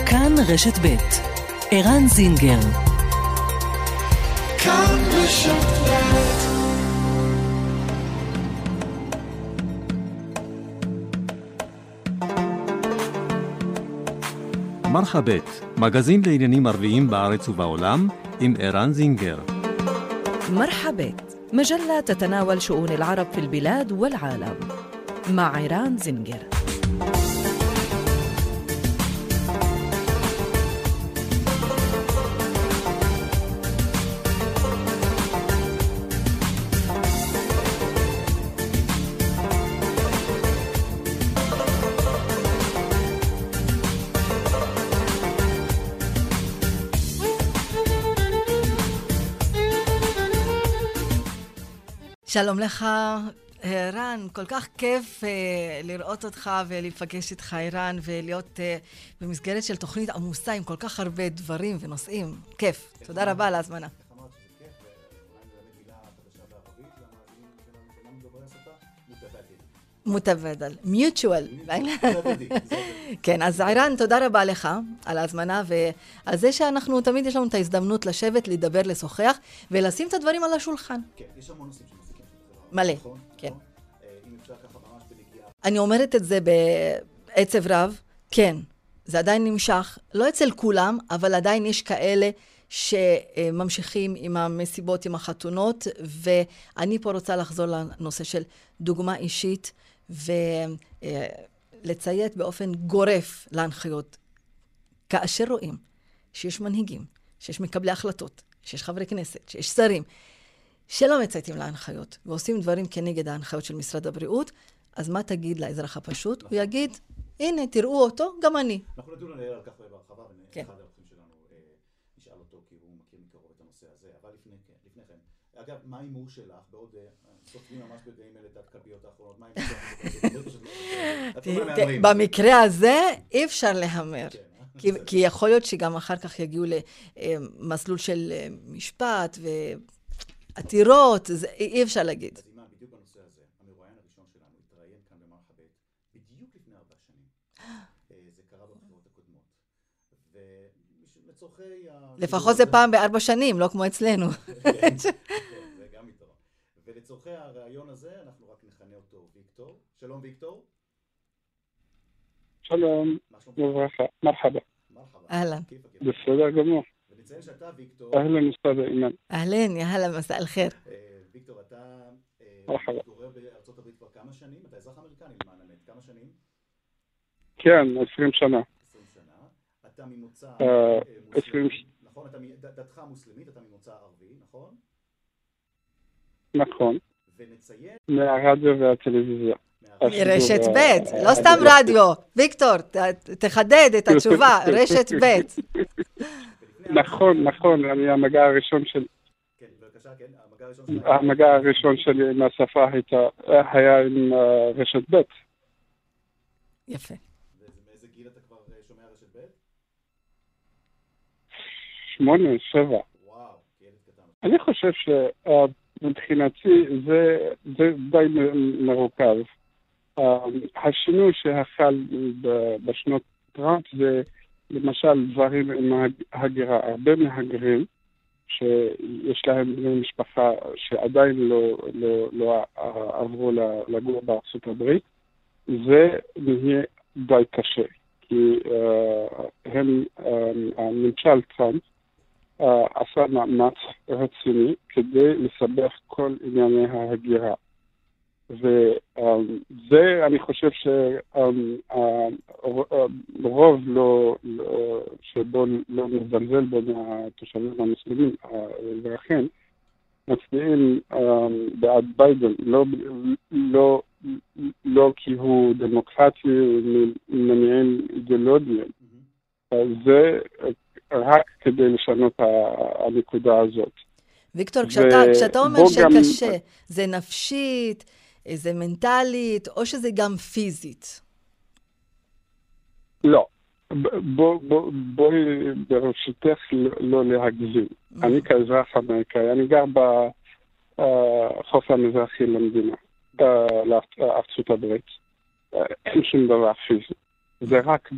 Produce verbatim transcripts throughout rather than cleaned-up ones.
כאן רשת ב' ערן זינגר. כאן רשת ב'. מרחבת, מגזין לעניינים ערביים בארץ ובעולם עם ערן זינגר. مرحبا مجلة تتناول شؤون العرب في البلاد والعالم مع عران زنجر. שלום לך, ערן, כל כך כיף uh, לראות אותך ולהיפגש איתך, ערן, ולהיות uh, במסגרת של תוכנית עמוסה עם כל כך הרבה דברים ונושאים. כיף. תודה רבה על ההזמנה. אמרת שזה כיף, ואולי נלמד מילה חדשה בערבית, למאזינים שלנו שלנו דוברי השפה, מותבדל. מותבדל, מיוטואל. כן, אז ערן, תודה רבה לך על ההזמנה ועל זה שאנחנו, תמיד יש לנו את ההזדמנות לשבת, לדבר, לשוחח, ולשים את הדברים על השולחן. כן, יש המון נושאים שמסיקים. מלא, נכון, כן. נכון. אם אפשר ככה ממש בנגיעה. אני אומרת את זה בעצב רב, כן, זה עדיין נמשך, לא אצל כולם, אבל עדיין יש כאלה שממשיכים עם המסיבות, עם החתונות, ואני פה רוצה לחזור לנושא של דוגמה אישית, ולציית באופן גורף להנחיות. כאשר רואים שיש מנהיגים, שיש מקבלי החלטות, שיש חברי כנסת, שיש שרים, שלא מצייתים להנחיות, ועושים דברים כנגד ההנחיות של משרד הבריאות, אז מה תגיד לאזרח הפשוט? הוא יגיד, הנה, תראו אותו, גם אני. אנחנו נדון על כך בהרחבה, כן. ואחד האורחים שלנו נשאל אותו, כי הוא מכיר מקרוב את הנושא הזה, אבל לפני כן. אגב, מה האימור שלך? בעוד סופרים ממש ברגעים אלה את הכלביות האחרונות, מה האימור שלך? במקרה הזה, אי אפשר להמר. כי יכול להיות שגם אחר כך יגיעו למסלול של משפט ו... עתירות, אי אפשר להגיד. אז אימן, בדיוק בנושא הזה, המרואיין הראשון שלנו התראיין כאן במרחבת, בדיוק לפני ארבע שנים. זה קרה בבחירות הקודמות. ולצורכי... לפחות זה פעם בארבע שנים, לא כמו אצלנו. כן, זה גם יתרון. ולצורכי הרעיון הזה, אנחנו רק נכנה אותו ויקטור. שלום ויקטור. שלום, וברכה, מרחבה. מרחבה. אהלן. בסדר גמור. ונציין שאתה ויקטור... אהלן אסתאד אימן. אהלן, יאללה, מסע אל חיר. ויקטור, אתה מתגורר בארצות הברית כבר כמה שנים? אתה אזרח אמריקני למען האמת, כמה שנים? כן, עשרים שנה. עשרים שנה. אתה ממוצא עשרים... נכון, דתך מוסלמית, אתה ממוצא ערבי, נכון? נכון. ונציין... מהרדיו והטלוויזיה. רשת ב', לא סתם רדיו. ויקטור, תחדד את התשובה, רשת ב'. נכון, נכון, אני המגע הראשון של... כן, בבקשה, כן, המגע הראשון שלי... המגע הראשון שלי עם השפה היה עם רשת ב'. יפה. ומאיזה גיל אתה כבר שומע רשת ב'? שמונה, שבע. וואו, ילד קטן. אני חושב שמבחינתי זה די מרוכב. השינוי שהחל בשנות טראמפ זה למשל דברים עם ההגירה, הרבה מהגרים שיש להם משפחה שעדיין לא, לא, לא עברו לגור בארצות הברית, זה נהיה די קשה, כי uh, הם, um, הממשל טראמפ uh, עשה מאמץ רציני כדי לסבך כל ענייני ההגירה. וזה אני חושב שרוב לא, שבו לא מזלזל בו מהתושבים המוסלמים, האזרחים, מצביעים בעד ביידן, לא, לא, לא כי הוא דמוקרטי ממניעים אידיאולוגיים. זה רק כדי לשנות הנקודה הזאת. ויקטור, כשאתה, כשאתה אומר שקשה, גם... זה נפשית, זה מנטלית, או שזה גם פיזית? לא. בואי בוא, בוא, ברשותך לא להגזים. Mm-hmm. אני כאזרח אמריקאי, אני גר בחוף המזרחי למדינה, לארצות הברית. אין שום דבר פיזי. זה רק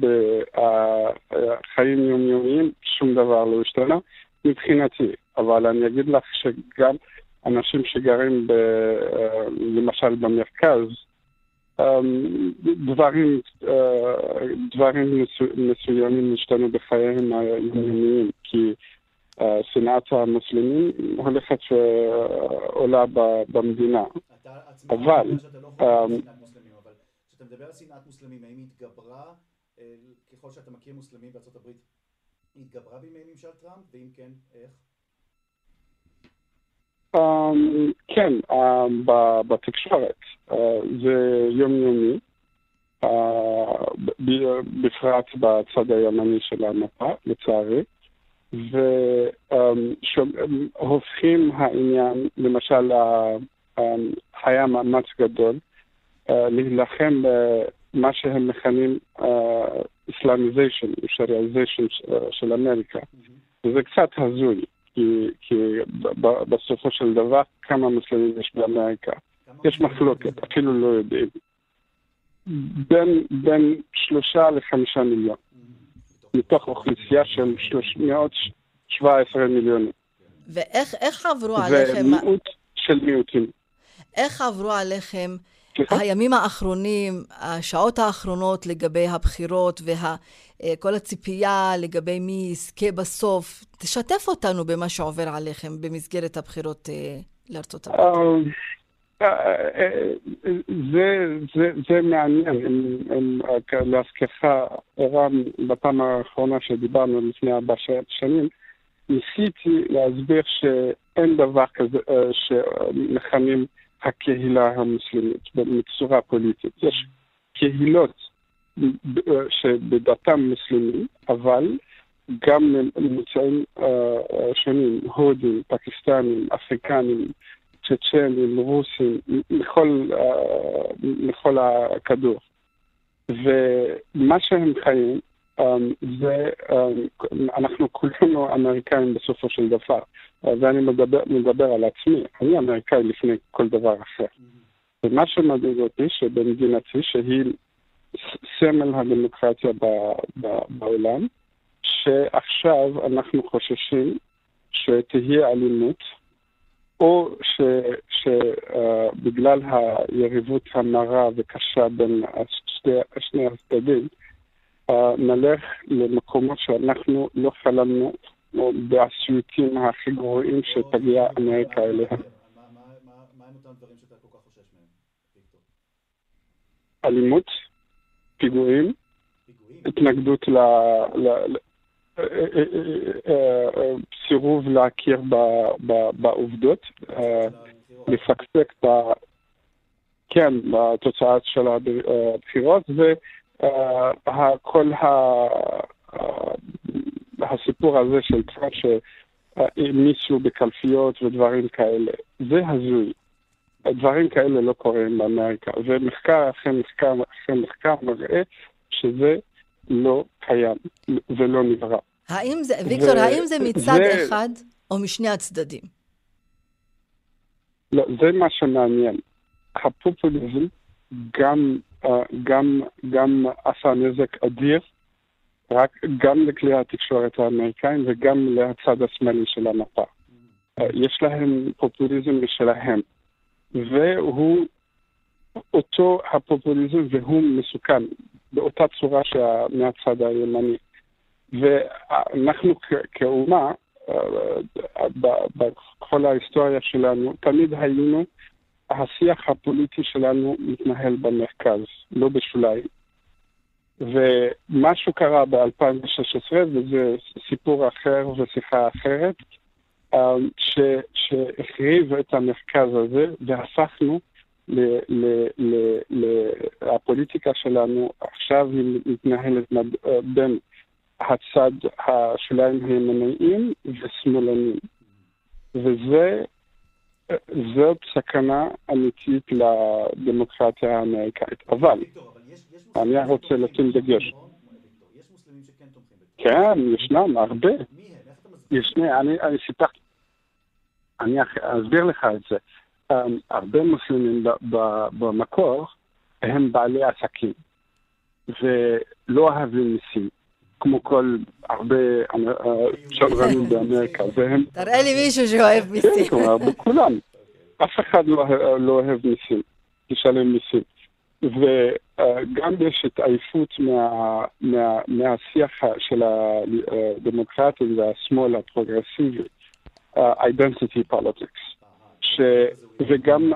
בחיים יומיומיים, שום דבר לא השתנה מבחינתי. אבל אני אגיד לך שגם אנשים שגרים ב, למשל במרכז, דברים, דברים מסוימים השתנו בחייהם היומיומיים, כי שנאת המוסלמים הולכת ועולה במדינה. אתה עצמך אומר שאתה לא חושב שנאת מוסלמים, אבל כשאתה מדבר על שנאת מוסלמים, האם היא התגברה, ככל שאתה מכיר מוסלמים בארצות הברית, היא התגברה בימי ממשל טראמפ, ואם כן, איך? כן, בתקשורת זה יומיומי, בפרט בצד הימני של המפה, לצערי, והופכים העניין, למשל, היה מאמץ גדול להילחם במה שהם מכנים Islamization, Shariaization של אמריקה, וזה קצת הזוי. כי, כי בסופו של דבר, כמה מוסלמים יש באמריקה? יש מחלוקת, אפילו לא יודעים. בין, בין שלושה לחמישה מיליון. מתוך אוכלוסייה של שלוש מאות שבע עשרה מיליון. ואיך איך עברו עליכם? ומיעוט של מיעוטים. איך עברו עליכם הימים האחרונים, השעות האחרונות לגבי הבחירות וכל הציפייה לגבי מי יזכה בסוף? תשתף אותנו במה שעובר עליכם במסגרת הבחירות לארצות הברית. זה, זה, זה מעניין. להזכירך, ערן, בפעם האחרונה שדיברנו לפני ארבע שנים, ניסיתי להסביר שאין דבר כזה שמכנים הקהילה המוסלמית בצורה פוליטית. יש קהילות שבדתם מוסלמים, אבל גם ממוצאים שונים, הודים, פקיסטנים, אפריקנים, צ'צ'נים, רוסים, מכל, מכל הכדור. ומה שהם חיים, זה, אנחנו כולנו אמריקאים בסופו של דבר, ואני מדבר, מדבר על עצמי, אני אמריקאי לפני כל דבר אחר. ומה שמדאיג אותי שבמדינתי, שהיא סמל הדמוקרטיה בעולם, שעכשיו אנחנו חוששים שתהיה אלימות, או שבגלל היריבות המרה וקשה בין שני הצדדים, נלך למקומות שאנחנו לא חלמנו בעשייתים הכי גרועים שתגיע אמריקה אליהם. מה הם אותם דברים שאתה כל כך חושש מהם, ויקטור? אלימות, פיגועים, התנגדות סירוב להכיר בעובדות, לפקפק כן, בתוצאת של הבחירות, וכל הסיפור הזה של טראמפ שהמיסו בקלפיות ודברים כאלה, זה הזוי. דברים כאלה לא קורים באמריקה, ומחקר אחרי מחקר אחרי מחקר מראה שזה לא קיים ולא נברא. האם זה, ויקטור, ו- האם זה מצד זה, אחד או משני הצדדים? לא, זה מה שמעניין. הפופוליזם גם, גם, גם עשה נזק אדיר, רק גם לכלי התקשורת האמריקאים וגם לצד השמאלי של המפה. יש להם פופוליזם משלהם, והוא, אותו הפופוליזם והוא מסוכן, באותה צורה מהצד הימני. ואנחנו כאומה, בכל ההיסטוריה שלנו, תמיד היינו, השיח הפוליטי שלנו מתנהל במרכז, לא בשוליים. ומשהו קרה ב-אלפיים ושש עשרה, וזה סיפור אחר ושיחה אחרת, שהחריב את המרכז הזה, והפכנו לפוליטיקה שלנו, עכשיו היא מתנהלת בין הצד השוליים הימניים ושמאלנים. וזה, זאת סכנה אמיתית לדמוקרטיה האמריקאית. אבל, אני רוצה לשים דגש. יש מוסלמים שכן תומכים בזה. כן, ישנם, הרבה. מי הם? איך אתה מסביר? ישנם, אני סיפר, אני אסביר לך את זה. הרבה מוסלמים במקור הם בעלי עסקים. ולא אוהבים ניסים, כמו כל הרבה שמרנים באמריקה. תראה לי מישהו שאוהב מיסים. כן, כלומר, בכולם. אף אחד לא אוהב ניסים, לשלם ניסים. וגם יש התעייפות מהשיח של הדמוקרטים והשמאל הפרוגרסיבי, identity politics, וגם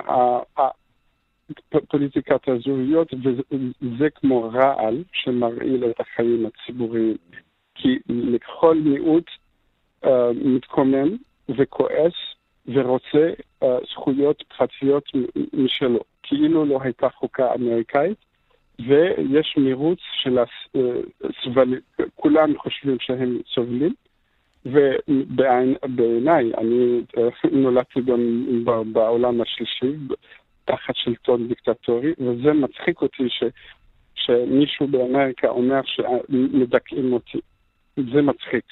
פוליטיקת הזהויות, וזה כמו רעל שמרעיל את החיים הציבוריים. כי לכל מיעוט מתקומם וכועס ורוצה זכויות פרטיות משלו. כאילו לא הייתה חוקה אמריקאית, ויש מירוץ של הסבלים, כולם חושבים שהם סובלים, ובעיניי, אני נולדתי גם בעולם השלישי, תחת שלטון דיקטטורי, וזה מצחיק אותי ש, שמישהו באמריקה אומר שמדכאים אותי. זה מצחיק.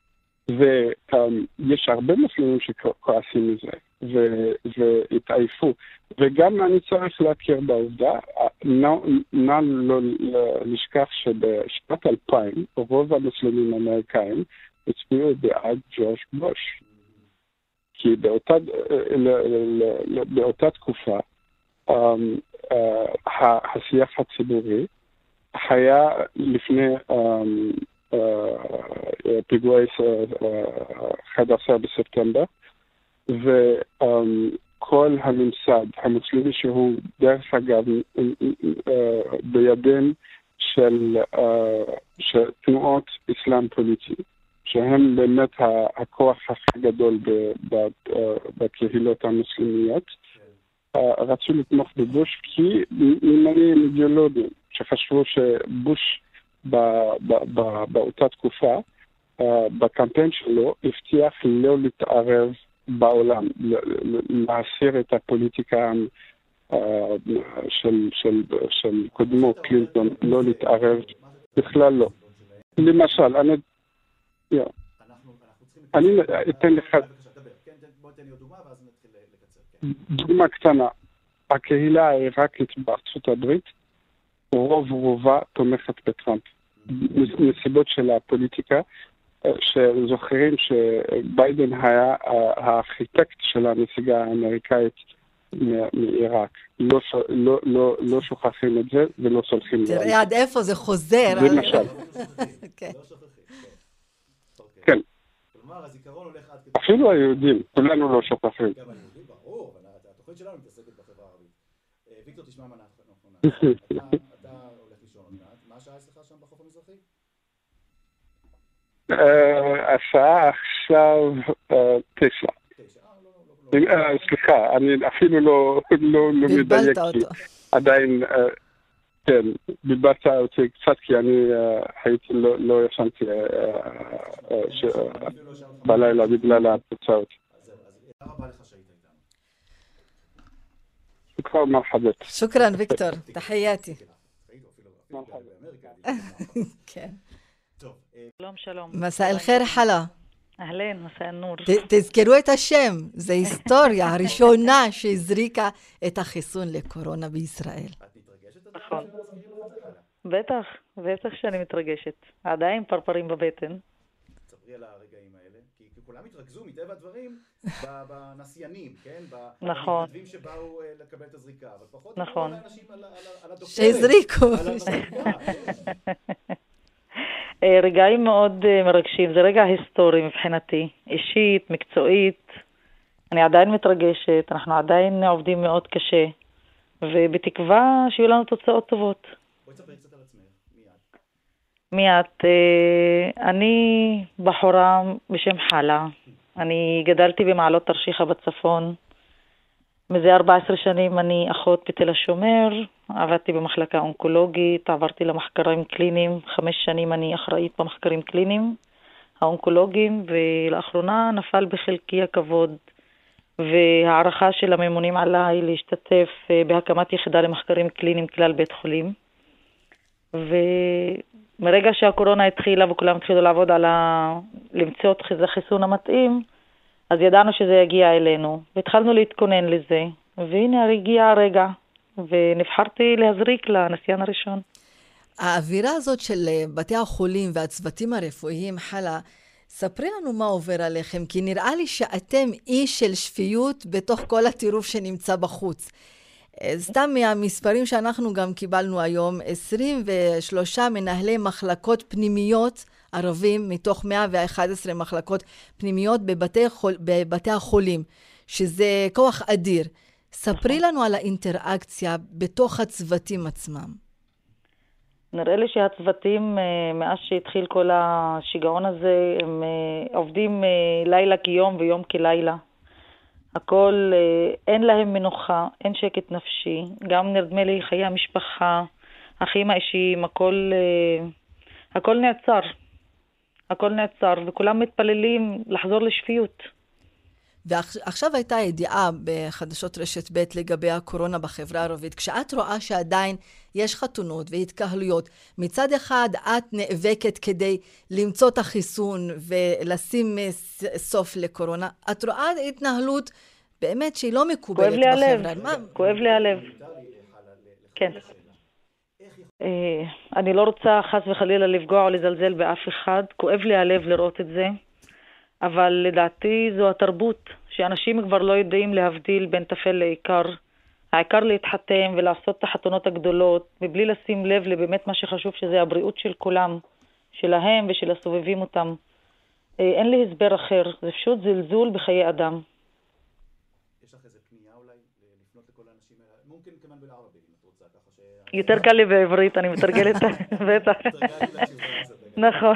ויש הרבה מוסלמים שכועסים מזה, והתעייפו. וגם אני צריך להכיר בעובדה, נא לא לשכח שבשנת אלפיים, רוב המוסלמים האמריקאים הצביעו בעד ג'ורג' בוש. כי באותה, באותה תקופה, השיח הציבורי היה לפני פיגועי אחד עשר בספטמבר, וכל הממסד המוסלמי שהוא דרך אגב בידיים של תנועות אסלאם פוליטי, שהם באמת הכוח הכי גדול בקהילות המוסלמיות, רצו לתמוך בבוש כי ממניעים אידיאולוגיים שחשבו שבוש באותה תקופה בקמפיין שלו הבטיח לא להתערב בעולם, להסיר את הפוליטיקה של, של, של קודמו קלינטון, לא להתערב, בכלל לא. למשל, אני אני אתן לך דוגמה קטנה. הקהילה העיראקית בארצות הברית רוב רובה תומכת בטראמפ. מסיבות של הפוליטיקה, שזוכרים שביידן היה הארכיטקט של הנסיגה האמריקאית מעיראק. לא, לא, לא, לא שוכחים את זה ולא סולחים. תראה עד איפה זה חוזר. למשל. כן. אפילו היהודים, כולנו לא שוכחים. גם היהודים, ברור, אבל התוכנית שלנו מתעסקת בחברה הערבית. ויקטור, תשמע מה אנחנו. אתה הולך לישון עוד מעט. מה השעה אצלך שם בחוף המזרחי? השעה עכשיו תשע. סליחה, אני אפילו לא מדייק, כי עדיין, כן, בלבלת אותי קצת, כי אני הייתי, לא ישנתי בלילה בגלל התוצאות. אז תודה רבה לך שהיית איתנו. שוקרן, מרחבת. שוקרן, ויקטור, תחייתי. כן. שלום, שלום. מסע אל-חיר חלה. אהלן, מסע אל-נור. תזכרו את השם, זה היסטוריה הראשונה שהזריקה את החיסון לקורונה בישראל. את מתרגשת? נכון. בטח, בטח שאני מתרגשת. עדיין פרפרים בבטן. תספרי על הרגעים האלה, כי כולם התרכזו מטבע הדברים בנסיינים, כן? נכון. במתנדבים שבאו לקבל את הזריקה, אבל פחות נכון. האנשים על הדוקטורית. שהזריקו. על הזריקה, כן. רגעים מאוד מרגשים, זה רגע היסטורי מבחינתי, אישית, מקצועית. אני עדיין מתרגשת, אנחנו עדיין עובדים מאוד קשה, ובתקווה שיהיו לנו תוצאות טובות. בואי תספרי קצת על עצמך, מיד. מיד, אני בחורה בשם חלה, אני גדלתי במעלות תרשיחא בצפון, מזה ארבע עשרה שנים אני אחות בתל השומר, עבדתי במחלקה אונקולוגית, עברתי למחקרים קליניים, חמש שנים אני אחראית במחקרים קליניים האונקולוגיים, ולאחרונה נפל בחלקי הכבוד והערכה של הממונים עליי להשתתף בהקמת יחידה למחקרים קליניים כלל בית חולים. ומרגע שהקורונה התחילה וכולם התחילו לעבוד על ה... למצוא את החיסון המתאים, אז ידענו שזה יגיע אלינו, והתחלנו להתכונן לזה, והנה הגיע הרגע, ונבחרתי להזריק לנסיין הראשון. האווירה הזאת של בתי החולים והצוותים הרפואיים, חלה, ספרי לנו מה עובר עליכם, כי נראה לי שאתם איש של שפיות בתוך כל הטירוף שנמצא בחוץ. סתם מהמספרים שאנחנו גם קיבלנו היום, עשרים ושלושה מנהלי מחלקות פנימיות ערבים, מתוך מאה ואחת עשרה מחלקות פנימיות בבתי, חול, בבתי החולים, שזה כוח אדיר. ספרי לנו על האינטראקציה בתוך הצוותים עצמם. נראה לי שהצוותים, מאז שהתחיל כל השיגעון הזה, הם עובדים לילה כיום ויום כלילה. הכל, אין להם מנוחה, אין שקט נפשי. גם נרדמה לי חיי המשפחה, החיים האישיים, הכל, הכל נעצר. הכל נעצר, וכולם מתפללים לחזור לשפיות. ועכשיו הייתה ידיעה בחדשות רשת ב' לגבי הקורונה בחברה הערבית. כשאת רואה שעדיין יש חתונות והתקהלויות, מצד אחד את נאבקת כדי למצוא את החיסון ולשים סוף לקורונה, את רואה התנהלות באמת שהיא לא מקובלת בחברה. כואב לי הלב, מה... כואב לי הלב. כן. אני לא רוצה חס וחלילה לפגוע או לזלזל באף אחד, כואב לי הלב לראות את זה. אבל לדעתי זו התרבות, שאנשים כבר לא יודעים להבדיל בין טפל לעיקר. העיקר להתחתן ולעשות את החתונות הגדולות, מבלי לשים לב לבאמת מה שחשוב, שזה הבריאות של כולם, שלהם ושל הסובבים אותם. אין לי הסבר אחר, זה פשוט זלזול בחיי אדם. יש לך איזה פנייה אולי לפנות לכל האנשים האלה? מומכן כמן בלערבי, אם את רוצה, ככה ש... יותר קל לי בעברית, אני מתרגלת בטח. נכון.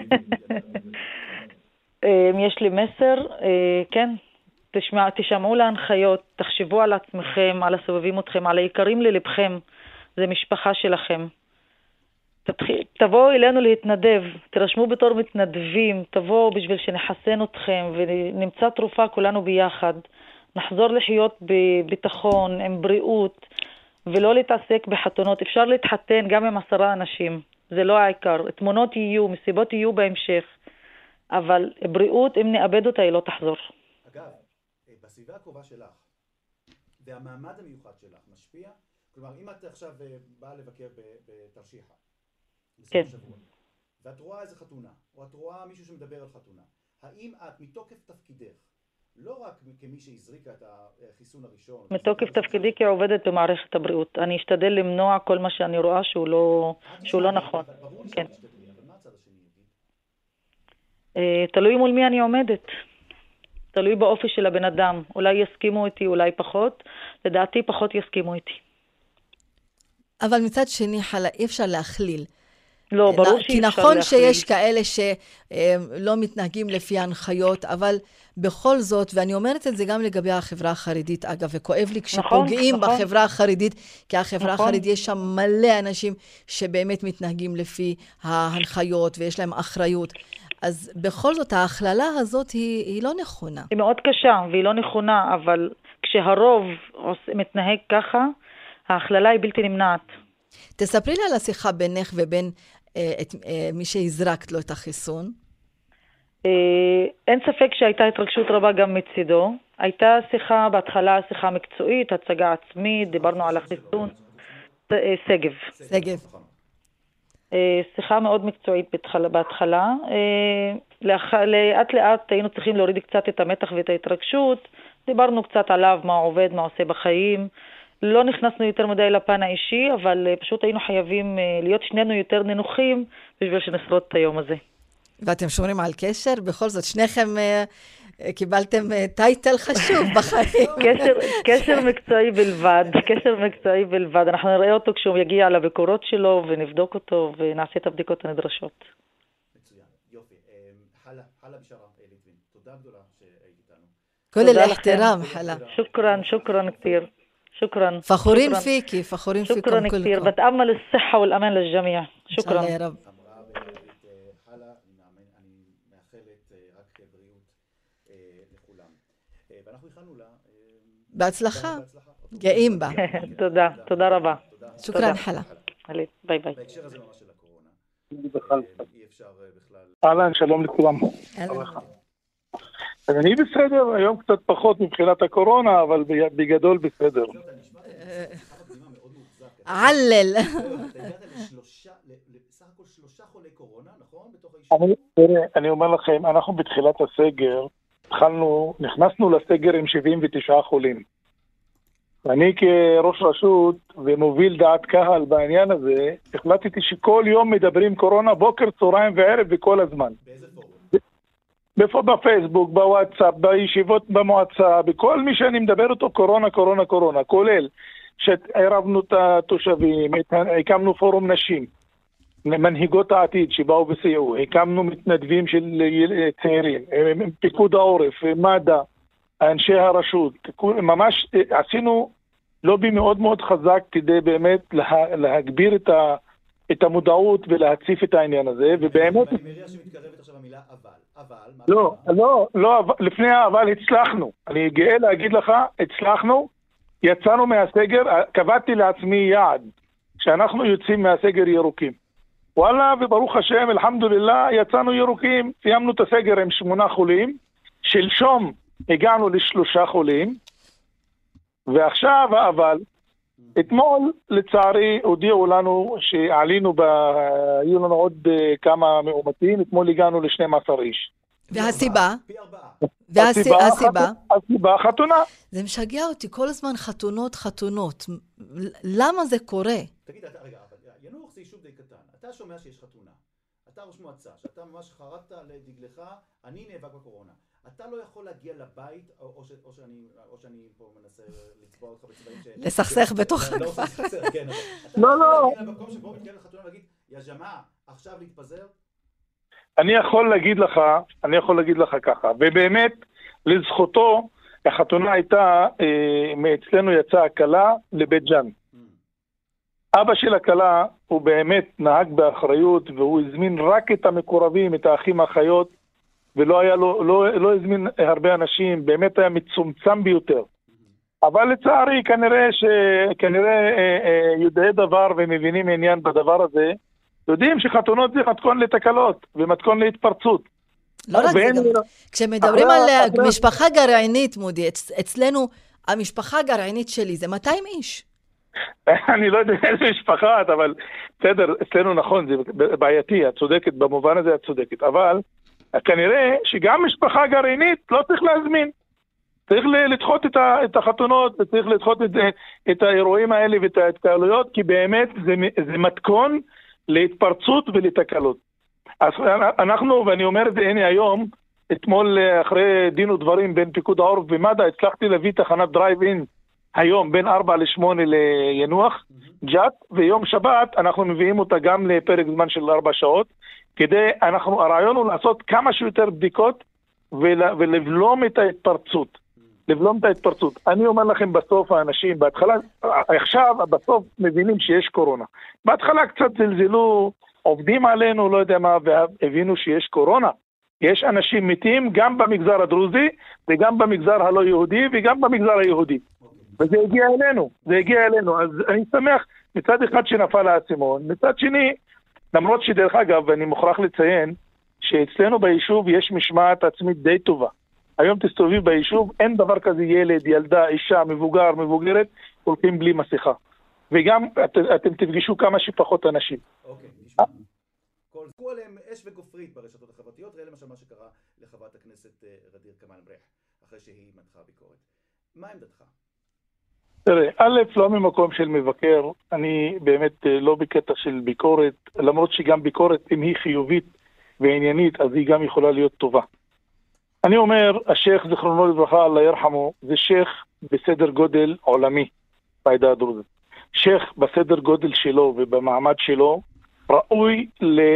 יש לי מסר, כן, תשמע, תשמעו להנחיות, תחשבו על עצמכם, על הסובבים אתכם, על היקרים ללבכם, זה משפחה שלכם. תבואו אלינו להתנדב, תרשמו בתור מתנדבים, תבואו בשביל שנחסן אתכם ונמצא תרופה כולנו ביחד. נחזור לחיות בביטחון, עם בריאות, ולא להתעסק בחתונות. אפשר להתחתן גם עם עשרה אנשים, זה לא העיקר. תמונות יהיו, מסיבות יהיו בהמשך. אבל בריאות, אם נאבד אותה, היא לא תחזור. אגב, בסביבה הקרובה שלך, והמעמד המיוחד שלך משפיע, כלומר, אם את עכשיו באה לבקר בתרשיחא, בסוף השבוע, ואת רואה איזה חתונה, או את רואה מישהו שמדבר על חתונה, האם את מתוקף תפקידך, לא רק כמי שהזריקה את החיסון הראשון, מתוקף תפקידי כעובדת במערכת הבריאות, אני אשתדל למנוע כל מה שאני רואה שהוא לא, שהוא לא נכון. כן. תלוי מול מי אני עומדת. תלוי באופי של הבן אדם. אולי יסכימו איתי, אולי פחות. לדעתי פחות יסכימו איתי. אבל מצד שני, חלה, אי אפשר להכליל. לא, ברור שאי אפשר להכליל. כי נכון שיש כאלה שלא מתנהגים לפי ההנחיות, אבל בכל זאת, ואני אומרת את זה גם לגבי החברה החרדית, אגב, וכואב לי כשפוגעים נכון, נכון. בחברה החרדית, כי החברה נכון. החרדית יש שם מלא אנשים שבאמת מתנהגים לפי ההנחיות, ויש להם אחריות. אז בכל זאת, ההכללה הזאת היא, היא לא נכונה. היא מאוד קשה, והיא לא נכונה, אבל כשהרוב מתנהג ככה, ההכללה היא בלתי נמנעת. תספרי לי על השיחה בינך ובין אה, את, אה, מי שהזרקת לו את החיסון. אה, אין ספק שהייתה התרגשות רבה גם מצידו. הייתה שיחה, בהתחלה שיחה מקצועית, הצגה עצמית, דיברנו על החיסון. אה, סגב. סגב. שיחה מאוד מקצועית בהתחלה, בהתחלה. לאט לאט היינו צריכים להוריד קצת את המתח ואת ההתרגשות. דיברנו קצת עליו, מה עובד, מה עושה בחיים. לא נכנסנו יותר מדי לפן האישי, אבל פשוט היינו חייבים להיות שנינו יותר נינוחים בשביל שנשרוד את היום הזה. ואתם שומרים על קשר? בכל זאת, שניכם קיבלתם טייטל חשוב בחיים. קשר, קשר מקצועי בלבד, קשר מקצועי בלבד. אנחנו נראה אותו כשהוא יגיע לביקורות שלו ונבדוק אותו ונעשה את הבדיקות הנדרשות. מצוין, יופי. חלה, חלה בשרה ליטווין, תודה גדולה שהיית איתנו. כל الاحترام حلا. شكرا شكرا كثير. شكرا. فخورين فيكي فخورين فيكم كلكم. شكرا كثير. بتأمل الصحة والأمان للجميع. شكرا. يا رب. בהצלחה, גאים בה. תודה, תודה רבה. שוקרן חלה. ביי ביי. בהקשר הזה ממש של הקורונה, אי אפשר בכלל... אהלן, שלום לכולם. אני בסדר, היום קצת פחות מבחינת הקורונה, אבל בגדול בסדר. עלל. אתה הגעת לשלושה, בסך הכל שלושה חולי קורונה, נכון? בתוך היישוב? אני אומר לכם, אנחנו בתחילת הסגר, התחלנו, נכנסנו לסגר עם שבעים ותשעה חולים. ואני כראש רשות ומוביל דעת קהל בעניין הזה, החלטתי שכל יום מדברים קורונה, בוקר, צהריים וערב וכל הזמן. באיזה פורום? בפייסבוק, בוואטסאפ, בישיבות במועצה, בכל מי שאני מדבר אותו, קורונה, קורונה, קורונה, כולל שערבנו את התושבים, הקמנו פורום נשים, מנהיגות העתיד שבאו וסייעו, הקמנו מתנדבים של צעירים, פיקוד העורף, מד"א, אנשי הרשות, ממש עשינו לובי מאוד מאוד חזק כדי באמת לה, להגביר את, ה, את המודעות ולהציף את העניין הזה, ובאמת... אני מריע שמתקרבת עכשיו המילה אבל, אבל... לא, לא, לא, לפני האבל הצלחנו, אני גאה להגיד לך, הצלחנו, יצאנו מהסגר, קבעתי לעצמי יעד, שאנחנו יוצאים מהסגר ירוקים. וואלה, וברוך השם, אלחמדולillah, יצאנו ירוקים, סיימנו את הסגר עם שמונה חולים, שלשום הגענו לשלושה חולים, ועכשיו האבל, אתמול לצערי הודיעו לנו שעלינו, ב... היו לנו עוד כמה מאומתים, אתמול הגענו ל-שנים עשר איש. והסיבה? פי ארבעה. והסיבה? הסיבה חתונה. זה משגע אותי, כל הזמן חתונות, חתונות. למה זה קורה? תגיד, אתה, רגע, ינוח זה יישוב די קטן. אתה שומע שיש חתונה. אתה ראש מועצה, שאתה ממש חרדת לדגלך, אני נאבק בקורונה. אתה לא יכול להגיע לבית, או, או, ש, או, שאני, או שאני פה מנסה לצבוע אותך בצבעים ש... לסכסך בתוך הכפר. לא, לסכסך, כן, אבל... לא, לא. אתה יכול להגיע למקום שבו מתקיים לחתונה ולהגיד, יא ג'מאעה, עכשיו להתפזר? אני יכול להגיד לך, אני יכול להגיד לך ככה, ובאמת, לזכותו, החתונה הייתה, אה, מאצלנו יצאה הקלה לבית ג'ן. אבא של הקלה הוא באמת נהג באחריות, והוא הזמין רק את המקורבים, את האחים האחיות, ולא היה לו, לא, לא הזמין הרבה אנשים, באמת היה מצומצם ביותר. אבל לצערי, כנראה ש, כנראה אה, אה, יודעי דבר ומבינים עניין בדבר הזה, יודעים שחתונות זה מתכון לתקלות, ומתכון להתפרצות. לא רק זה גם, כשמדברים על משפחה גרעינית, מודי, אצלנו, המשפחה הגרעינית שלי זה מאתיים איש. אני לא יודע איזה משפחה, אבל בסדר, אצלנו נכון, זה בעייתי, את צודקת, במובן הזה את צודקת, אבל כנראה שגם משפחה גרעינית לא צריך להזמין. צריך לדחות את החתונות, וצריך לדחות את האירועים האלה ואת ההתקהלויות, כי באמת זה מתכון להתפרצות ולתקלות. אז אנחנו, ואני אומר את זה הנה היום, אתמול אחרי דין ודברים בין פיקוד העורף ומד"א, הצלחתי להביא תחנת דרייב-אין היום בין ארבע לשמונה לינוח, ג'אט, ויום שבת אנחנו מביאים אותה גם לפרק זמן של ארבע שעות, כדי, אנחנו, הרעיון הוא לעשות כמה שיותר בדיקות ולבלום את ההתפרצות. לבלום את ההתפרצות. אני אומר לכם בסוף האנשים, בהתחלה, עכשיו, בסוף מבינים שיש קורונה. בהתחלה קצת זלזלו, עובדים עלינו, לא יודע מה, והבינו שיש קורונה. יש אנשים מתים גם במגזר הדרוזי, וגם במגזר הלא יהודי, וגם במגזר היהודי. וזה הגיע אלינו, זה הגיע אלינו. אז אני שמח מצד אחד שנפל האסימון, מצד שני, למרות שדרך אגב, אני מוכרח לציין, שאצלנו ביישוב יש משמעת עצמית די טובה. היום תסתובב ביישוב, אין דבר כזה ילד, ילדה, אישה, מבוגר, מבוגרת, הולכים בלי מסכה. וגם את, אתם תפגשו כמה שפחות אנשים. אוקיי, נשמע. כל עליהם אש וגופרית ברשתות החברתיות, ראה למשל מה שקרה לחברת הכנסת רדיר כמאל מריח, אחרי שהיא מתחה ביקורת. מה עמדתך? תראה, א', לא ממקום של מבקר, אני באמת לא בקטע של ביקורת, למרות שגם ביקורת, אם היא חיובית ועניינית, אז היא גם יכולה להיות טובה. אני אומר, השייך זכרונו לברכה, אללה ירחמו, זה שייך בסדר גודל עולמי בעדה הדרוזית. שייך בסדר גודל שלו ובמעמד שלו, ראוי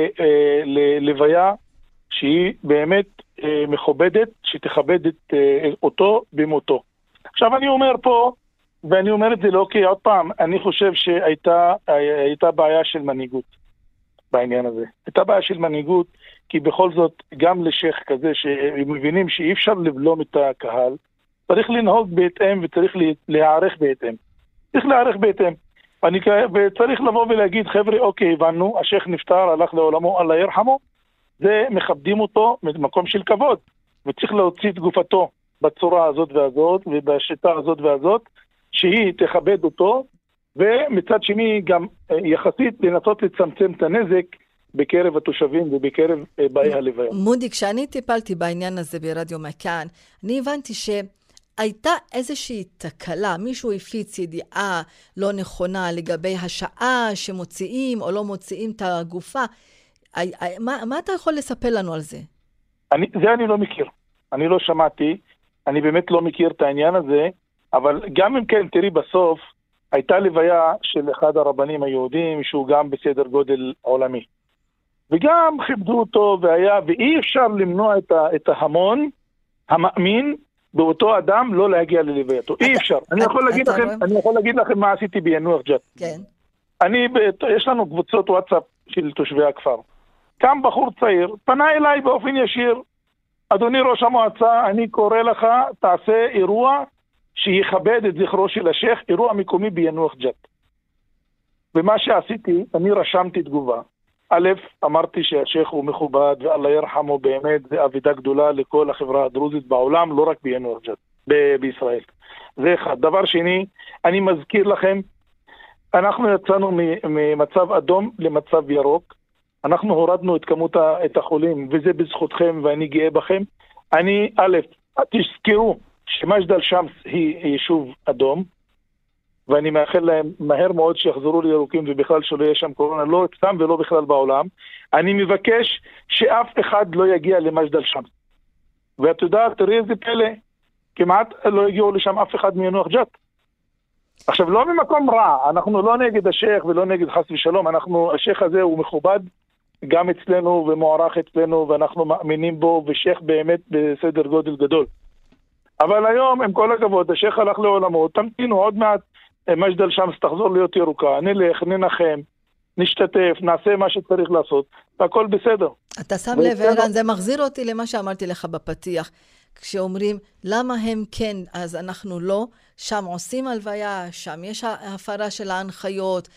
ללוויה שהיא באמת מכובדת, שתכבד את אותו במותו. עכשיו אני אומר פה, ואני אומר את זה לא כי עוד פעם, אני חושב שהייתה הייתה בעיה של מנהיגות בעניין הזה. הייתה בעיה של מנהיגות, כי בכל זאת, גם לשייך כזה שמבינים שאי אפשר לבלום את הקהל, צריך לנהוג בהתאם וצריך להערך בהתאם. צריך להערך בהתאם. אני, וצריך לבוא ולהגיד, חבר'ה, אוקיי, הבנו, השייך נפטר, הלך לעולמו, אללה ירחמו, זה מכבדים אותו במקום של כבוד, וצריך להוציא את גופתו בצורה הזאת והזאת, ובשיטה הזאת והזאת, שהיא תכבד אותו, ומצד שני גם יחסית לנסות לצמצם את הנזק בקרב התושבים ובקרב באי הלוויה. מודי, כשאני טיפלתי בעניין הזה ברדיו מכאן, אני הבנתי שהייתה איזושהי תקלה, מישהו הפיץ ידיעה לא נכונה לגבי השעה שמוציאים או לא מוציאים את הגופה. מה, מה אתה יכול לספר לנו על זה? אני, זה אני לא מכיר. אני לא שמעתי, אני באמת לא מכיר את העניין הזה, אבל גם אם כן, תראי בסוף, הייתה לוויה של אחד הרבנים היהודים, שהוא גם בסדר גודל עולמי. וגם כיבדו אותו, והיה, ואי אפשר למנוע את, ה, את ההמון המאמין באותו אדם לא להגיע ללווייתו. אי אפשר. אני יכול להגיד לכם, אני יכול להגיד לכם מה עשיתי ביאנוח ג'ת. כן. אני, יש לנו קבוצות וואטסאפ של תושבי הכפר. קם בחור צעיר, פנה אליי באופן ישיר, אדוני ראש המועצה, אני קורא לך, תעשה אירוע שיכבד את זכרו של השייך, אירוע מקומי ביאנוח ג'ת. ומה שעשיתי, אני רשמתי תגובה. א', אמרתי שהשייך הוא מכובד, ואללה ירחמו באמת, זה אבידה גדולה לכל החברה הדרוזית בעולם, לא רק ביאנוח ג'ת, ב- בישראל. זה אחד. דבר שני, אני מזכיר לכם, אנחנו יצאנו ממצב אדום למצב ירוק, אנחנו הורדנו את כמות את החולים, וזה בזכותכם, ואני גאה בכם. אני, א', תזכרו שמג'דל אל-שמס היא יישוב אדום, ואני מאחל להם מהר מאוד שיחזרו לירוקים, ובכלל שלא יהיה שם קורונה, לא אצלם ולא בכלל בעולם. אני מבקש שאף אחד לא יגיע למג'דל אל-שמס. ואת יודעת, תראי איזה פלא, כמעט לא הגיעו לשם אף אחד מיאנוח ג'ת. עכשיו, לא ממקום רע, אנחנו לא נגד השייך ולא נגד חס ושלום, אנחנו, השייך הזה הוא מכובד גם אצלנו ומוערך אצלנו, ואנחנו מאמינים בו, ושייך באמת בסדר גודל גדול. אבל היום, עם כל הכבוד, השייך הלך לעולמו, תמתינו עוד מעט, מג'דל אל-שמס תחזור להיות ירוקה, נלך, ננחם, נשתתף, נעשה מה שצריך לעשות, והכל בסדר. אתה שם לב, ערן, זה מחזיר אותי למה שאמרתי לך בפתיח, כשאומרים, למה הם כן, אז אנחנו לא, שם עושים הלוויה, שם יש הפרה של ההנחיות,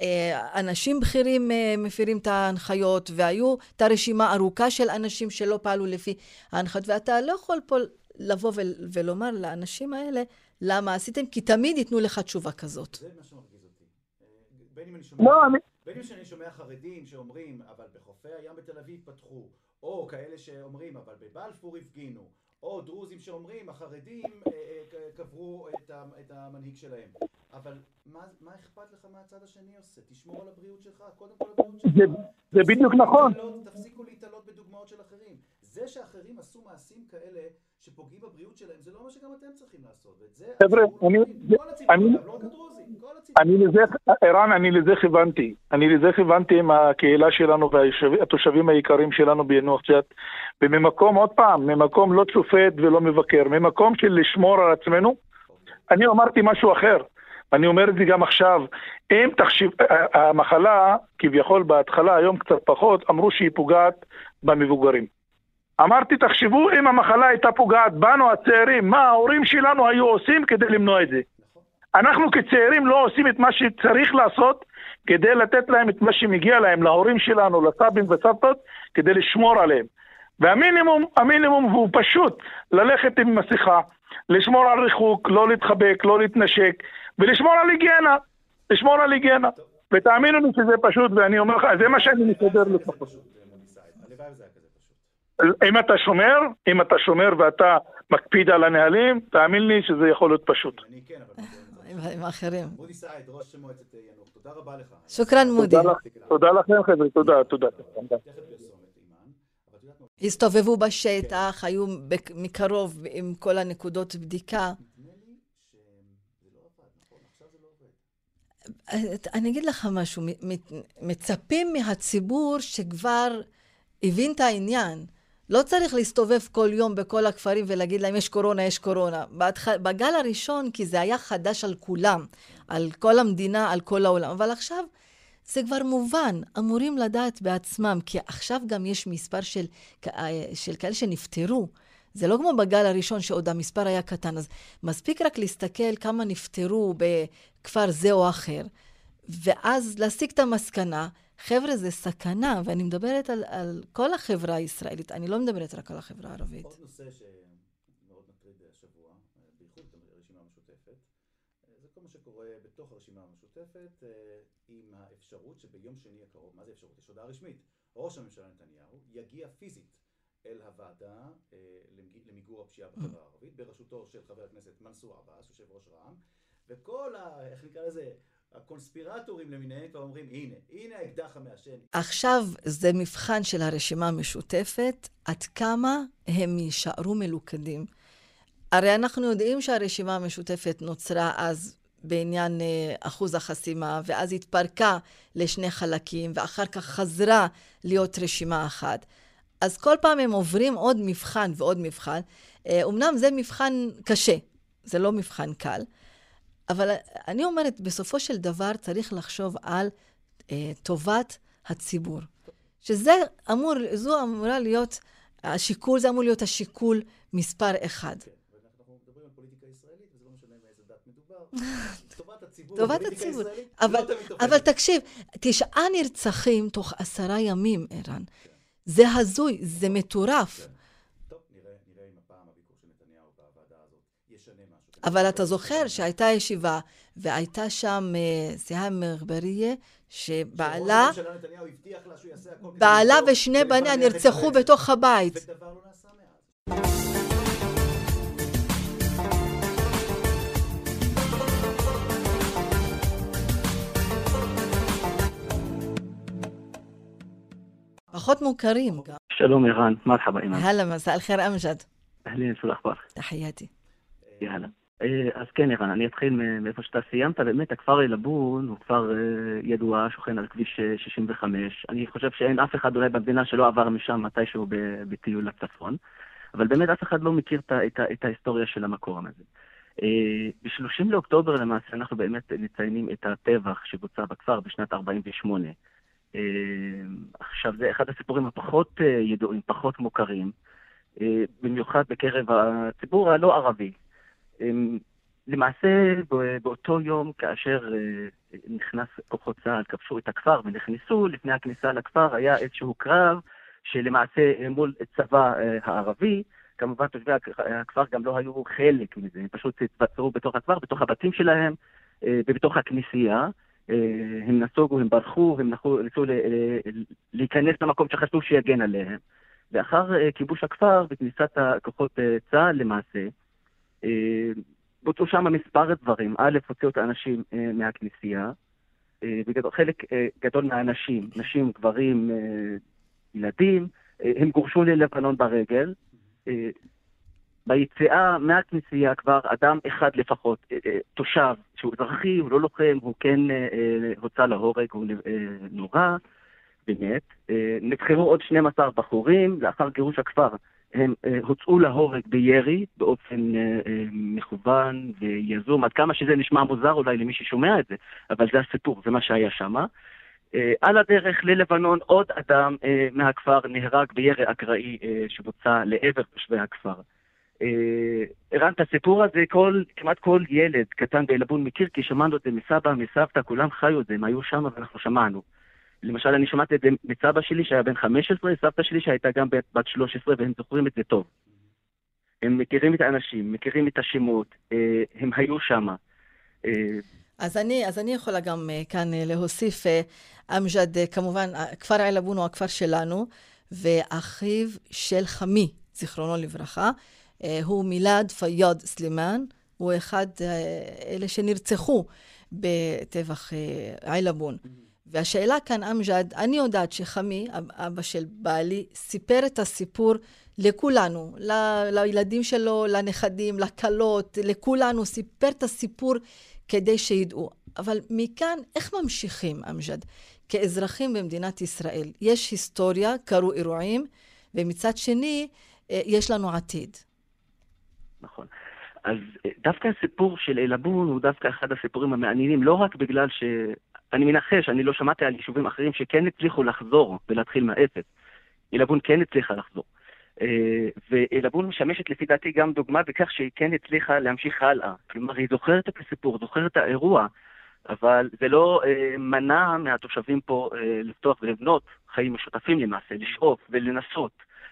אנשים בכירים מפירים את ההנחיות, והיו את הרשימה ארוכה של אנשים שלא פעלו לפי ההנחיות, ואתה לא יכול פה לבוא ולומר לאנשים האלה, למה עשיתם? כי תמיד ייתנו לך תשובה כזאת. זה מה שמרגיז אותי. בין אם אני שומע, לא, אני... בין אם שאני שומע חרדים שאומרים, אבל בחופי הים בתל אביב פתחו, או כאלה שאומרים, אבל בבלפור הפגינו, או דרוזים שאומרים, החרדים קברו את המנהיג שלהם. אבל מה, מה אכפת לך מה הצד השני עושה? תשמור על הבריאות שלך, קודם כל הבריאות שלך. זה, זה בדיוק נכון. תפסיקו להתעלות בדוגמאות של אחרים. זה שאחרים עשו מעשים כאלה שפוגעים בבריאות שלהם, זה לא מה שגם אתם צריכים לעשות. ואת זה... חבר'ה, אני... כל הציבור, אני... לא רק הדרוזים, כל הציבור. אני לזה, ערן, אני לזה כיוונתי. אני לזה כיוונתי עם הקהילה שלנו והתושבים העיקריים שלנו ביאנוח ג'ת. וממקום, עוד פעם, ממקום לא שופט ולא מבקר, ממקום של לשמור על עצמנו, אני אמרתי משהו אחר. אני אומר את זה גם עכשיו. אם תחשיב, המחלה, כביכול בהתחלה, היום קצת פחות, אמרו שהיא פוגעת במבוגרים. אמרתי, תחשבו, אם המחלה הייתה פוגעת בנו הצעירים, מה ההורים שלנו היו עושים כדי למנוע את זה? אנחנו כצעירים לא עושים את מה שצריך לעשות כדי לתת להם את מה שמגיע להם, להורים שלנו, לסבים וסבתות, כדי לשמור עליהם. והמינימום, המינימום הוא פשוט ללכת עם מסכה, לשמור על ריחוק, לא להתחבק, לא להתנשק, ולשמור על היגיינה, לשמור על היגיינה. ותאמינו לי שזה פשוט, ואני אומר לך, זה מה שאני מסתדר לפחות. אם אתה שומר, אם אתה שומר ואתה מקפיד על הנהלים, תאמין לי שזה יכול להיות פשוט. אני כן, אבל... עם האחרים. מודי סעיד, ראש מועצת יאנוח, תודה רבה לך. שוקרן מודי. תודה לכם חבר'ה, תודה, תודה. הסתובבו בשטח, היו מקרוב עם כל הנקודות בדיקה. אני אגיד לך משהו, מצפים מהציבור שכבר הבין את העניין. לא צריך להסתובב כל יום בכל הכפרים ולהגיד להם יש קורונה, יש קורונה. בגל הראשון, כי זה היה חדש על כולם, על כל המדינה, על כל העולם. אבל עכשיו זה כבר מובן, אמורים לדעת בעצמם, כי עכשיו גם יש מספר של, של כאלה שנפטרו. זה לא כמו בגל הראשון שעוד המספר היה קטן, אז מספיק רק להסתכל כמה נפטרו בכפר זה או אחר, ואז להסיק את המסקנה, חבר'ה זה סכנה, ואני מדברת על, על כל החברה הישראלית, אני לא מדברת רק על החברה הערבית. עוד נושא שמאוד מטריד השבוע, בייחוד הרשימה המשותפת, זה כל מה שקורה בתוך הרשימה המשותפת, עם האפשרות שביום שני הקרוב, מה זה אפשרות? יש הודעה רשמית, ראש הממשלה נתניהו יגיע פיזית אל הוועדה למיגור הפשיעה בחברה הערבית, בראשותו של חבר הכנסת מנסור עבאס, יושב ראש רע"מ, וכל ה... איך נקרא לזה? הקונספירטורים למיניהם כבר אומרים, הנה, הנה האקדח המעשן. עכשיו זה מבחן של הרשימה המשותפת, עד כמה הם יישארו מלוכדים. הרי אנחנו יודעים שהרשימה המשותפת נוצרה אז בעניין אחוז החסימה, ואז התפרקה לשני חלקים, ואחר כך חזרה להיות רשימה אחת. אז כל פעם הם עוברים עוד מבחן ועוד מבחן. אמנם זה מבחן קשה, זה לא מבחן קל, אבל אני אומרת, בסופו של דבר צריך לחשוב על אה, טובת הציבור. שזה אמור, זו אמורה להיות, השיקול, זה אמור להיות השיקול מספר אחד. כן, ואנחנו מדברים על פוליטיקה ישראלית, וזה לא משנה מאיזה דת מדובר. טובת הציבור, טובת הציבור. אבל, אבל תקשיב, תשעה נרצחים תוך עשרה ימים, ערן. זה הזוי, זה מטורף. טוב, נראה, נראה אם הפעם הביקור של נתניהו בוועדה הזאת ישנה משהו. אבל אתה זוכר שהייתה ישיבה, והייתה שם סיהאם מגבריה, שבעלה, בעלה ושני בניה נרצחו בתוך הבית. ודבר לא נעשה מאז. פחות מוכרים גם. שלום ערן, מרחבה אימאן. هلا مساء الخير أمجد. אהלן, שו האחבר? תחייתי. יאללה. אז כן ערן, אני אתחיל מאיפה שאתה סיימת. באמת הכפר עילבון הוא כפר ידוע, שוכן על כביש שישים וחמש. אני חושב שאין אף אחד אולי במדינה שלא עבר משם מתישהו בטיול לצפון, אבל באמת אף אחד לא מכיר את ההיסטוריה של המקום הזה. ב-שלושים לאוקטובר למעשה אנחנו באמת מציינים את הטבח שבוצע בכפר בשנת ארבעים ושמונה. עכשיו זה אחד הסיפורים הפחות ידועים, פחות מוכרים, במיוחד בקרב הציבור הלא ערבי. למעשה באותו יום כאשר נכנס כוחות צה"ל, כבשו את הכפר ונכנסו, לפני הכניסה לכפר היה איזשהו קרב שלמעשה מול צבא הערבי. כמובן תושבי הכפר גם לא היו חלק מזה, הם פשוט התבצרו בתוך הכפר, בתוך הבתים שלהם ובתוך הכנסייה. הם נסוגו, הם ברחו, הם ניסו להיכנס למקום שחשבו שיגן עליהם. ואחר כיבוש הכפר, בכניסת הכוחות צה"ל למעשה, בוצעו שם מספר דברים. א', הוציאו את האנשים מהכנסייה, וחלק גדול מהאנשים, נשים, גברים, ילדים, הם גורשו ללבנון ברגל. ביציאה מהכנסייה כבר אדם אחד לפחות, תושב שהוא אזרחי, הוא לא לוחם, הוא כן הוצא להורג, הוא נורא, באמת. נבחרו עוד שנים עשר בחורים, לאחר גירוש הכפר הם הוצאו להורג בירי באופן מכוון ויזום, עד כמה שזה נשמע מוזר אולי למי ששומע את זה, אבל זה הסיפור, זה מה שהיה שם. על הדרך ללבנון עוד אדם מהכפר נהרג בירי אקראי שבוצע לעבר תושבי הכפר. הרנת הסיפור הזה, כל, כמעט כל ילד קטן בעילבון מכיר, כי שמענו את זה מסבא, מסבתא, כולם חיו את זה, הם היו שם ואנחנו שמענו. למשל, אני שמעתי את זה מסבא שלי שהיה בן חמש עשרה, סבתא שלי שהייתה גם בת שלוש עשרה, והם זוכרים את זה טוב. הם מכירים את האנשים, מכירים את השמות, הם היו שם. אז אני, אז אני יכולה גם כאן להוסיף, אמג'ד, כמובן, כפר עילבון הוא הכפר שלנו, ואחיו של חמי, זיכרונו לברכה, הוא מילד פיאד סלימן, הוא אחד אלה שנרצחו בטבח עילבון. והשאלה כאן, אמג'ד, אני יודעת שחמי, אבא של בעלי, סיפר את הסיפור לכולנו, ל- לילדים שלו, לנכדים, לקלות, לכולנו, סיפר את הסיפור כדי שידעו. אבל מכאן, איך ממשיכים, אמג'ד? כאזרחים במדינת ישראל, יש היסטוריה, קרו אירועים, ומצד שני, יש לנו עתיד. נכון. אז דווקא הסיפור של עילבון הוא דווקא אחד הסיפורים המעניינים, לא רק בגלל ש... אני מנחש, אני לא שמעתי על יישובים אחרים שכן הצליחו לחזור ולהתחיל מהאפס. עילבון כן הצליחה לחזור. ועילבון משמשת לפי דעתי גם דוגמה בכך שהיא כן הצליחה להמשיך הלאה. כלומר, היא זוכרת את הסיפור, זוכרת את האירוע, אבל זה לא מנע מהתושבים פה לפתוח ולבנות חיים משותפים למעשה, לשאוף ולנסות.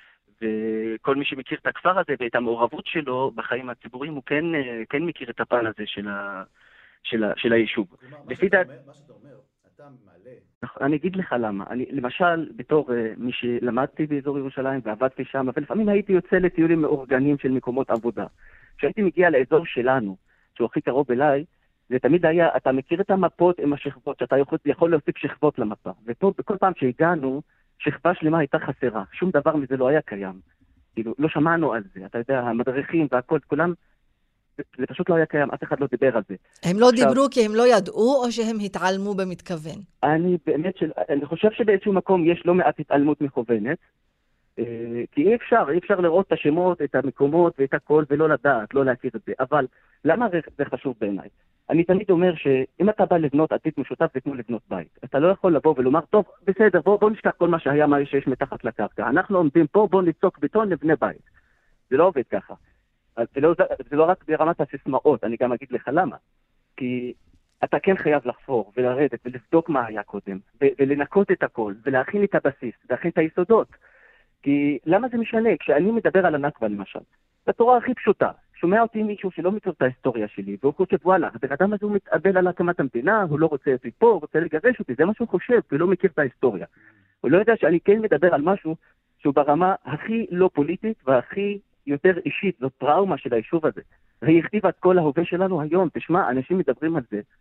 וכל מי שמכיר את הכפר הזה ואת המעורבות שלו בחיים הציבוריים, הוא כן, כן מכיר את הפן הזה של, ה, של, של היישוב. לפי דעת... מה שאתה אומר, אתה מעלה... אני אגיד לך למה. אני, למשל, בתור uh, מי שלמדתי באזור ירושלים ועבדתי שם, אבל לפעמים הייתי יוצא לטיולים מאורגנים של מקומות עבודה. כשהייתי מגיע לאזור שלנו, שהוא הכי קרוב אליי, זה תמיד היה, אתה מכיר את המפות עם השכבות, שאתה יכול, יכול להוסיף שכבות למפה. ופה, בכל פעם שהגענו, שכבה שלמה הייתה חסרה. שום דבר מזה לא היה קיים. כאילו, לא שמענו על זה. אתה יודע, המדריכים והכל, כולם, זה, זה פשוט לא היה קיים, אף אחד לא דיבר על זה. הם לא עכשיו, דיברו כי הם לא ידעו, או שהם התעלמו במתכוון? אני באמת, של, אני חושב שבאיזשהו מקום יש לא מעט התעלמות מכוונת, כי אי אפשר, אי אפשר לראות את השמות, את המקומות ואת הכל, ולא לדעת, לא להכיר את זה. אבל למה זה, זה חשוב בעיניי? אני תמיד אומר שאם אתה בא לבנות עתיד משותף, זה כמו לבנות בית. אתה לא יכול לבוא ולומר, טוב, בסדר, בוא, בוא נשכח כל מה שהיה, מה שיש מתחת לקרקע. אנחנו עומדים פה, בוא נצוק בטון לבני בית. זה לא עובד ככה. זה לא, זה לא רק ברמת הסיסמאות, אני גם אגיד לך למה. כי אתה כן חייב לחפור ולרדת ולבדוק מה היה קודם, ולנקות את הכל, ולהכין את הבסיס, להכין את היסודות. כי למה זה משנה? כשאני מדבר על הנכבה למשל, בתורה הכי פשוטה, שומע אותי מישהו שלא מכיר את ההיסטוריה שלי, והוא חושב, וואלה, הבן אדם הזה הוא מתאבל על הקמת המדינה, הוא לא רוצה אותי פה, הוא רוצה לגרש אותי, זה מה שהוא חושב, הוא לא מכיר את ההיסטוריה. הוא לא יודע שאני כן מדבר על משהו שהוא ברמה הכי לא פוליטית והכי יותר אישית, זאת טראומה של היישוב הזה. והיא הכתיבה את כל ההווה שלנו היום, תשמע, אנשים מדברים על זה.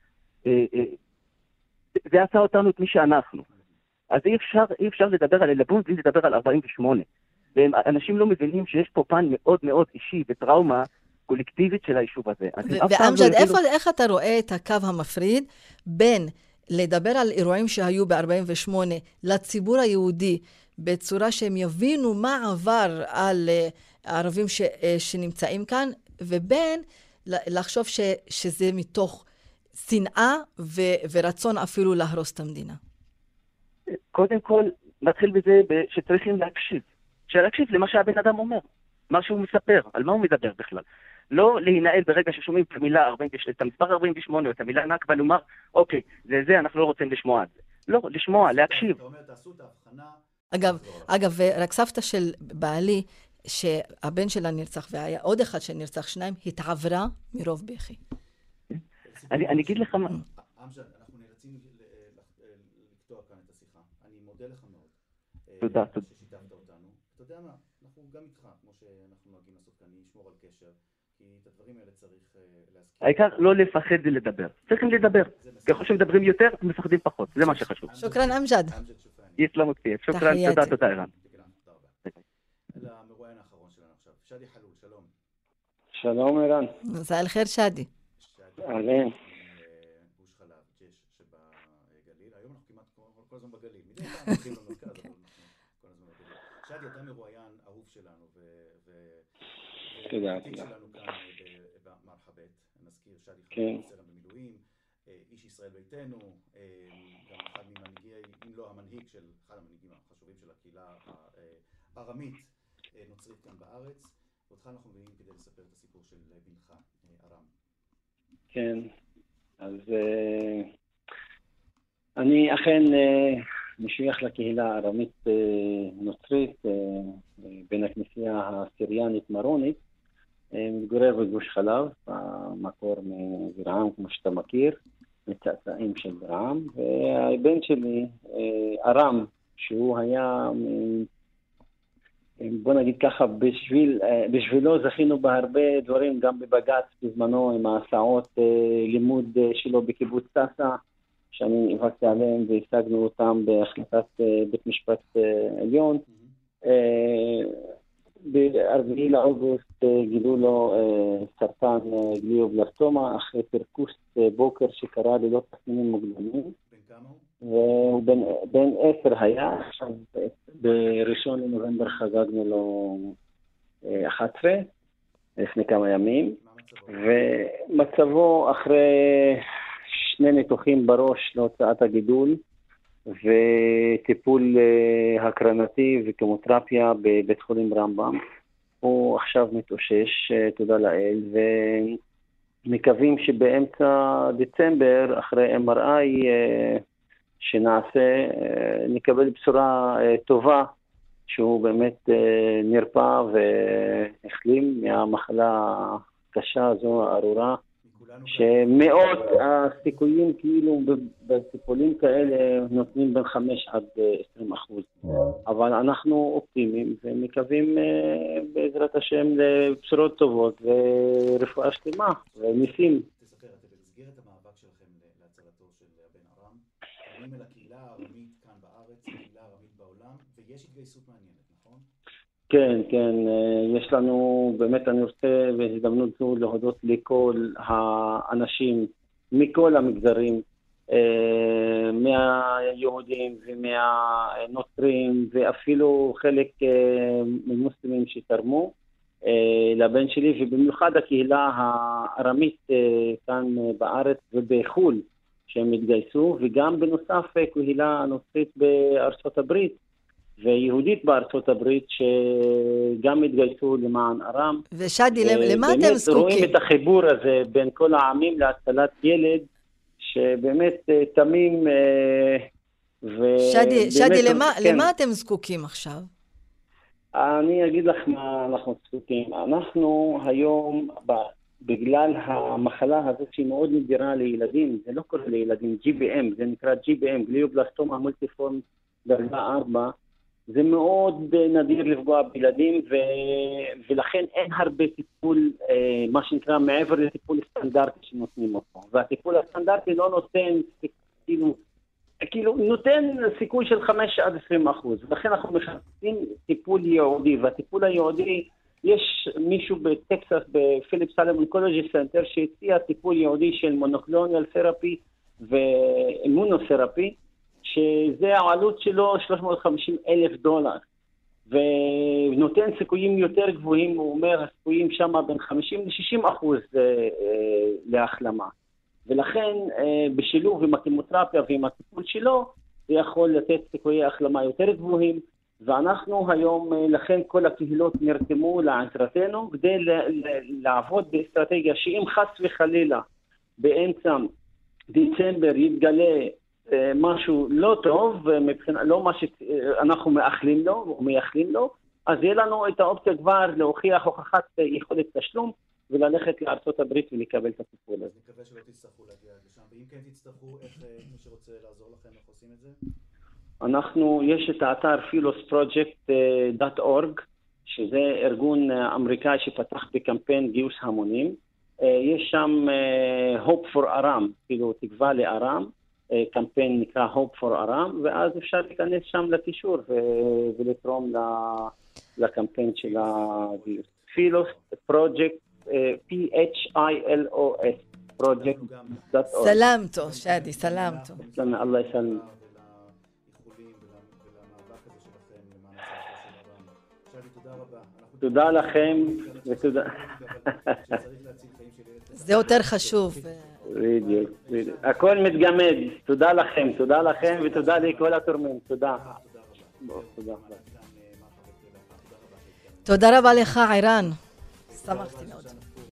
זה עשה אותנו את מי שאנחנו. אז אי אפשר, אי אפשר לדבר על אלבון בלי לדבר על ארבעים ושמונה. ואנשים לא מבינים שיש פה פן מאוד מאוד אישי וטראומה קולקטיבית של היישוב הזה. ואמג'ד, איך אתה רואה את הקו המפריד בין לדבר על אירועים שהיו ב-ארבעים ושמונה לציבור היהודי, בצורה שהם יבינו מה עבר על הערבים ש, שנמצאים כאן, ובין לחשוב ש, שזה מתוך שנאה ו, ורצון אפילו להרוס את המדינה? קודם כל, נתחיל בזה שצריכים להקשיב. שלהקשיב למה שהבן אדם אומר, מה שהוא מספר, על מה הוא מדבר בכלל. לא להינעל ברגע ששומעים את המילה ארבעים ושמונה, את המספר ארבעים ושמונה, או את המילה נקבה, לומר, אוקיי, זה זה, אנחנו לא רוצים לשמוע את זה. לא, לשמוע, להקשיב. אתה אומר, תעשו את ההבחנה. אגב, אגב, רק סבתא של בעלי, שהבן שלה נרצח, והיה עוד אחד שנרצח, שניים, התעברה מרוב בכי. אני אגיד לך מה... אמג'ד, אנחנו נאלצים לקטוע כאן את השיחה. אני מודה לך מאוד. תודה, תודה. ששיתפת אותנו. אתה יודע מה, אנחנו גם איתך, כמו שאנחנו נוהגים לעשות כאן, נשמור על קשר, כי את הדברים האלה צריך להזכיר. העיקר לא לפחד ולדבר. צריכים לדבר. ככל שמדברים יותר, מפחדים פחות. זה מה שחשוב. שוקרן אמג'ד. יסלאם כתיב. שוקרן, תודה, תודה ערן. למרואיין האחרון שלנו עכשיו. שדי חלול, שלום. שלום ערן. מסע אל חיר שדי. אהלן. גוש חלב, ג'ש שבגליל. היום אנחנו כמעט כל הזמן בגליל. מדי פעם הולכים למרכז, אבל אנחנו כל הזמן בגליל. שדי, אתה מרואיין אהוב שלנו, והתיק שלנו כאן במרחבת. נזכיר, שדי חלול, סלם במילואים, איש ישראל ביתנו, גם אחד ממנהיגי, אם לא המנהיג של, אחד המנהיגים החשובים של הקהילה הארמית נוצרית כאן בארץ. ואותך אנחנו מביאים כדי לספר את הסיפור של בנך, ארם. כן, אז אני אכן משוייך לקהילה הארמית נוצרית בין הכנסייה הסיריאנית מרונית, מתגורר בגוש חלב, המקור מברעם כמו שאתה מכיר, מצאצאים של ברעם, והבן שלי ארם, שהוא היה, בוא נגיד ככה, בשביל, בשבילו זכינו בהרבה דברים, גם בבג"ץ בזמנו עם ההסעות לימוד שלו בקיבוץ סאסא, שאני נאבקתי עליהם והשגנו אותם בהחלטת בית משפט עליון. ב-ארבעה לאוגוסט גילו לו סרטן גליובלסטומה אחרי פרכוס בוקר שקרה ללא תסמינים מוקדמים. והוא בן עשר היה, עכשיו בראשון לנובמבר חגגנו לו אחת עשרה, לפני כמה ימים, ומצבו אחרי שני ניתוחים בראש להוצאת הגידול, וטיפול הקרנתי וכימותרפיה בבית חולים רמב"ם, הוא עכשיו מתאושש, תודה לאל, ומקווים שבאמצע דצמבר, אחרי אם אר איי, שנעשה, נקבל בשורה טובה, שהוא באמת נרפא והחלים מהמחלה הקשה הזו, הארורה, שמאות הסיכויים כאילו בטיפולים כאלה נותנים בין חמש עד עשרים אחוז. אבל אנחנו אופטימיים ומקווים בעזרת השם לבשורות טובות ורפואה שלמה וניסים. תספר, אתם במסגרת המאבק שלכם להצלתו של הבן ארם, פונים אל הקהילה הארמית כאן בארץ, הקהילה הארמית בעולם, ויש התגייסות מעניינת, נכון? כן, כן, יש לנו, באמת אני רוצה בהזדמנות זו להודות לכל האנשים מכל המגזרים, מהיהודים ומהנוצרים ואפילו חלק ממוסלמים שתרמו לבן שלי, ובמיוחד הקהילה הארמית כאן בארץ ובחול שהם התגייסו, וגם בנוסף קהילה נוצרית בארצות הברית ויהודית בארצות הברית שגם התגייסו למען ארם. ושדי, למה אתם זקוקים? רואים את החיבור הזה בין כל העמים להצלת ילד, שבאמת תמים ו... שדי, שדי, למה, כן. למה אתם זקוקים עכשיו? אני אגיד לך מה אנחנו זקוקים. אנחנו היום, בגלל המחלה הזאת שהיא מאוד נדירה לילדים, זה לא קורה לילדים, ג'י בי אם, זה נקרא ג'י בי אם, גליובלסטומה מולטיפורם דרגה ארבע, זה מאוד נדיר לפגוע בילדים, ו... ולכן אין הרבה טיפול, אה, מה שנקרא, מעבר לטיפול סטנדרטי שנותנים אותו. והטיפול הסטנדרטי לא נותן, כאילו, כאילו נותן סיכוי של חמש עד עשרים אחוז. ולכן אנחנו מחפשים טיפול ייעודי, והטיפול הייעודי, יש מישהו בטקסס, בפיליפ סלומון קולג'י סנטר, שהציע טיפול ייעודי של מונוקלוניאל תרפי ואימונותרפי, שזה העלות שלו שלוש מאות וחמישים אלף דולר, ונותן סיכויים יותר גבוהים, הוא אומר, הסיכויים שם בין חמישים ל-שישים אחוז להחלמה. ולכן בשילוב עם הכימותרפיה ועם הטיפול שלו, זה יכול לתת סיכויי החלמה יותר גבוהים, ואנחנו היום, לכן כל הקהילות נרתמו לעזרתנו, כדי לעבוד באסטרטגיה שאם חס וחלילה באמצע דצמבר יתגלה משהו לא טוב, מבחינה, לא מה שאנחנו מאחלים לו או מייחלים לו, אז יהיה לנו את האופציה כבר להוכיח הוכחת יכולת תשלום וללכת לארצות הברית ולקבל את הטיפול הזה. אני מקווה שלא תצטרכו להגיע לשם, ואם כן תצטרכו, איך מי שרוצה לעזור לכם, איך עושים את זה? אנחנו, יש את האתר פילוס פרויקט דוט אורג, שזה ארגון אמריקאי שפתח בקמפיין גיוס המונים. יש שם Hope for Aram, כאילו תקווה לארם, קמפיין נקרא Hope for Aram, ואז אפשר להיכנס שם לקישור ולתרום לקמפיין של הגיוס. פילוס פרויקט, פי אייץ' איי אל או אס, פרויקט דוט אורג. סלמתו, שדי, סלמתו. אללה יסלם. תודה לכם ותודה. זה יותר חשוב. בדיוק, הכל מתגמד. תודה לכם, תודה לכם ותודה לכל התורמים. תודה. תודה רבה לך, ערן. שמחתי מאוד.